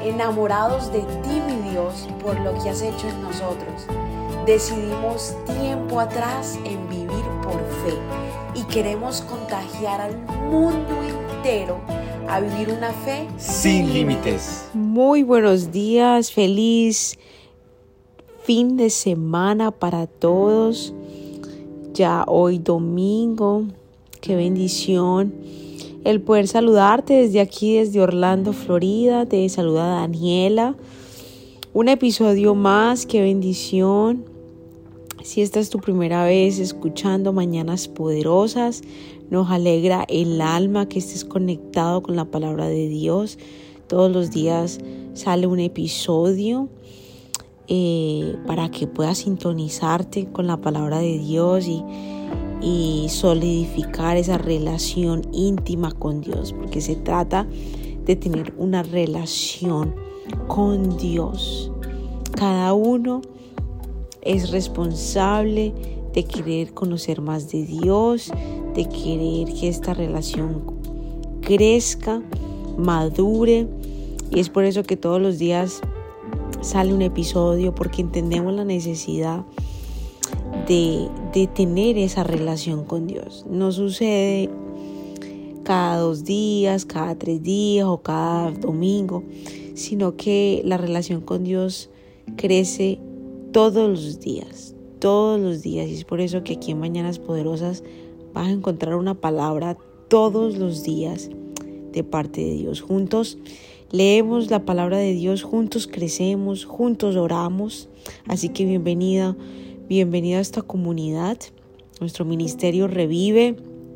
enamorados de ti, mi Dios, por lo que has hecho en nosotros. Decidimos tiempo atrás en vivir por fe y queremos contagiar al mundo entero a vivir una fe sin límites. Muy buenos días, feliz fin de semana para todos. Ya hoy domingo, qué bendición el poder saludarte desde aquí, desde Orlando, Florida. Te saluda Daniela. Un episodio más, qué bendición. Si esta es tu primera vez escuchando Mañanas Poderosas, nos alegra el alma que estés conectado con la palabra de Dios. Todos los días sale un episodio para que puedas sintonizarte con la palabra de Dios y solidificar esa relación íntima con Dios, porque se trata de tener una relación con Dios. Cada uno es responsable de querer conocer más de Dios, de querer que esta relación crezca, madure, y es por eso que todos los días sale un episodio, porque entendemos la necesidad de tener esa relación con Dios. No sucede cada 2 días, cada 3 días o cada domingo, sino que la relación con Dios crece todos los días. Y es por eso que aquí en Mañanas Poderosas vas a encontrar una palabra todos los días de parte de Dios. Juntos leemos la palabra de Dios, juntos crecemos, juntos oramos. Así que bienvenida a esta comunidad. Nuestro ministerio Revive,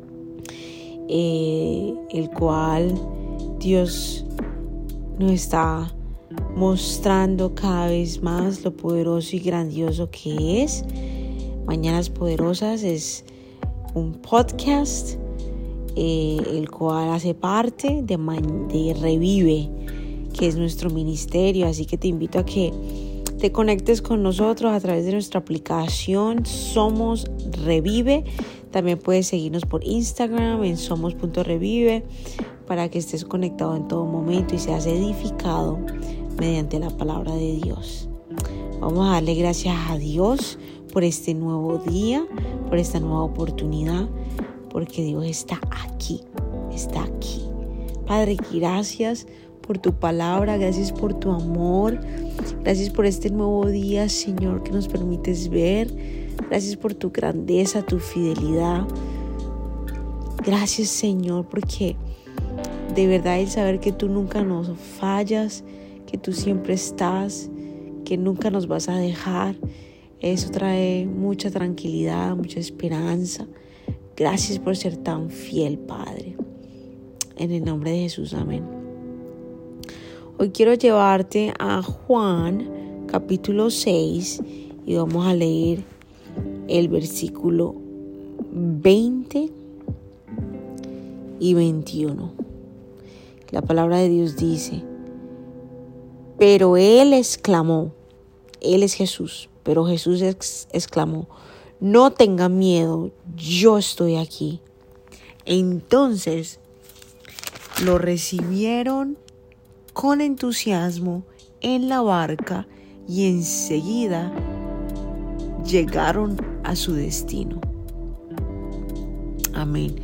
el cual Dios nos está mostrando cada vez más lo poderoso y grandioso que es. Mañanas Poderosas es un podcast el cual hace parte de Revive, que es nuestro ministerio. Así que te invito a que te conectes con nosotros a través de nuestra aplicación Somos Revive. También puedes seguirnos por Instagram en somos.revive para que estés conectado en todo momento y seas edificado mediante la palabra de Dios. Vamos a darle gracias a Dios por este nuevo día, por esta nueva oportunidad, porque Dios está aquí. Padre, gracias por tu palabra, gracias por tu amor, gracias por este nuevo día, Señor, que nos permites ver. Gracias por tu grandeza, tu fidelidad. Gracias, Señor, porque de verdad el saber que tú nunca nos fallas, que tú siempre estás, que nunca nos vas a dejar, eso trae mucha tranquilidad, mucha esperanza. Gracias por ser tan fiel, Padre. En el nombre de Jesús, amén. Hoy quiero llevarte a Juan, capítulo 6, y vamos a leer el versículo 20 y 21. La palabra de Dios dice: pero él exclamó, él es Jesús, pero Jesús exclamó: no tengan miedo, yo estoy aquí. Entonces lo recibieron con entusiasmo en la barca y enseguida llegaron a su destino. Amén.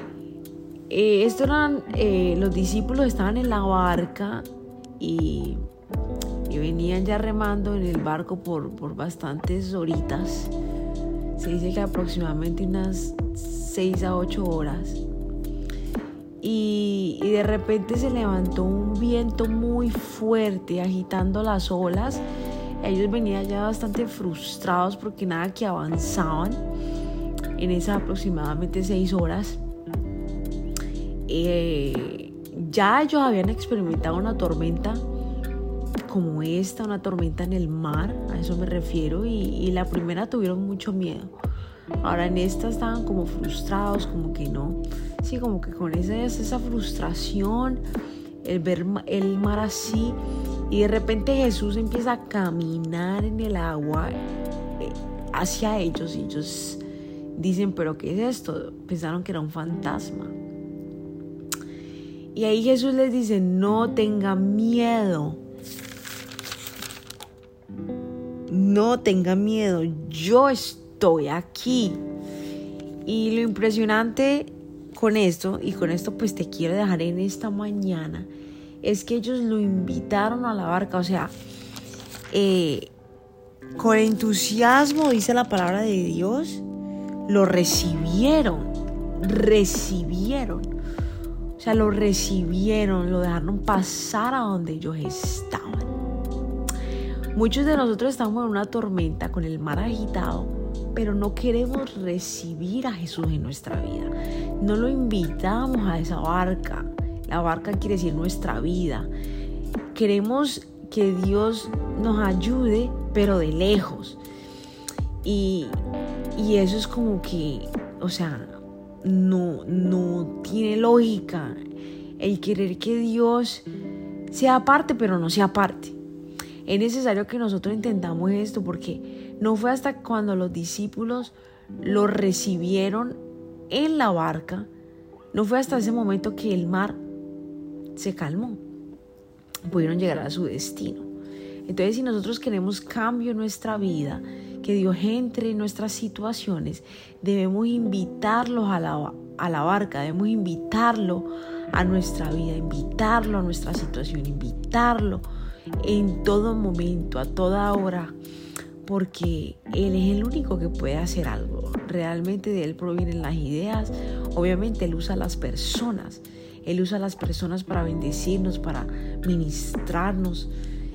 Los discípulos estaban en la barca y venían ya remando en el barco por bastantes horitas. Se dice que aproximadamente unas 6 a 8 horas. Y de repente se levantó un viento muy fuerte agitando las olas. Ellos venían ya bastante frustrados porque nada que avanzaban en esas aproximadamente 6 horas. Ya ellos habían experimentado una tormenta como esta, una tormenta en el mar, a eso me refiero, y la primera tuvieron mucho miedo. Ahora en esta estaban como frustrados, como que no, sí, como que con esa frustración, el ver el mar así, y de repente Jesús empieza a caminar en el agua hacia ellos, y ellos dicen: ¿pero qué es esto? Pensaron que era un fantasma. Y ahí Jesús les dice: no tengan miedo. no tenga miedo, yo estoy aquí. Y lo impresionante con esto, y con esto pues te quiero dejar en esta mañana, es que ellos lo invitaron a la barca, o sea, con entusiasmo, dice la palabra de Dios, lo recibieron, o sea, lo recibieron, lo dejaron pasar a donde ellos estaban. Muchos de nosotros estamos en una tormenta con el mar agitado, pero no queremos recibir a Jesús en nuestra vida. No lo invitamos a esa barca. La barca quiere decir nuestra vida. Queremos que Dios nos ayude, pero de lejos. Y eso es como que, o sea, no tiene lógica el querer que Dios sea parte, pero no sea parte. Es necesario que nosotros intentamos esto, porque no fue hasta cuando los discípulos lo recibieron en la barca, no fue hasta ese momento que el mar se calmó, pudieron llegar a su destino. Entonces, si nosotros queremos cambio en nuestra vida, que Dios entre en nuestras situaciones, debemos invitarlos a la barca, debemos invitarlo a nuestra vida, invitarlo a nuestra situación, invitarlo en todo momento, a toda hora, porque Él es el único que puede hacer algo. Realmente de Él provienen las ideas. Obviamente Él usa a las personas. Él usa a las personas para bendecirnos, para ministrarnos.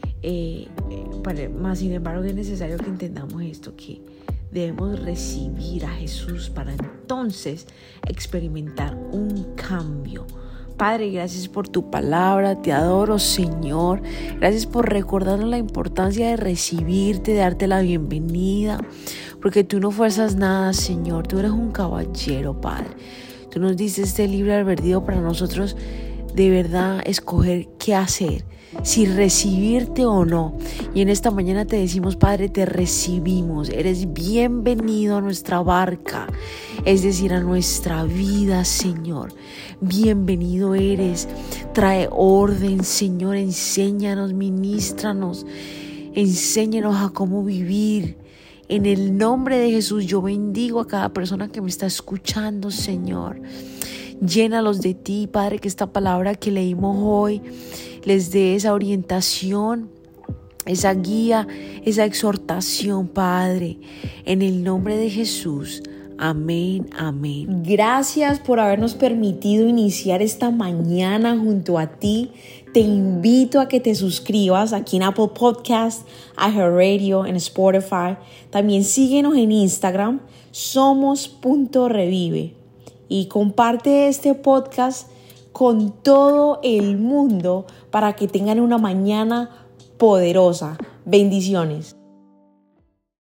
Más sin embargo, es necesario que entendamos esto, que debemos recibir a Jesús para entonces experimentar un cambio. Padre, gracias por tu palabra, te adoro, Señor. Gracias por recordarnos la importancia de recibirte, de darte la bienvenida, porque tú no fuerzas nada, Señor. Tú eres un caballero, Padre. Tú nos dices este libre albedrío para nosotros de verdad escoger qué hacer, si recibirte o no. Y en esta mañana te decimos, Padre, te recibimos. Eres bienvenido a nuestra barca, es decir, a nuestra vida, Señor. Bienvenido eres. Trae orden, Señor. Enséñanos, ministranos. Enséñanos a cómo vivir. En el nombre de Jesús, yo bendigo a cada persona que me está escuchando, Señor. Llénalos de ti, Padre, que esta palabra que leímos hoy les dé esa orientación, esa guía, esa exhortación, Padre. En el nombre de Jesús. Amén, amén. Gracias por habernos permitido iniciar esta mañana junto a ti. Te invito a que te suscribas aquí en Apple Podcasts, iHeartRadio, en Spotify. También síguenos en Instagram, somos.revive. Y comparte este podcast con todo el mundo para que tengan una mañana poderosa. Bendiciones.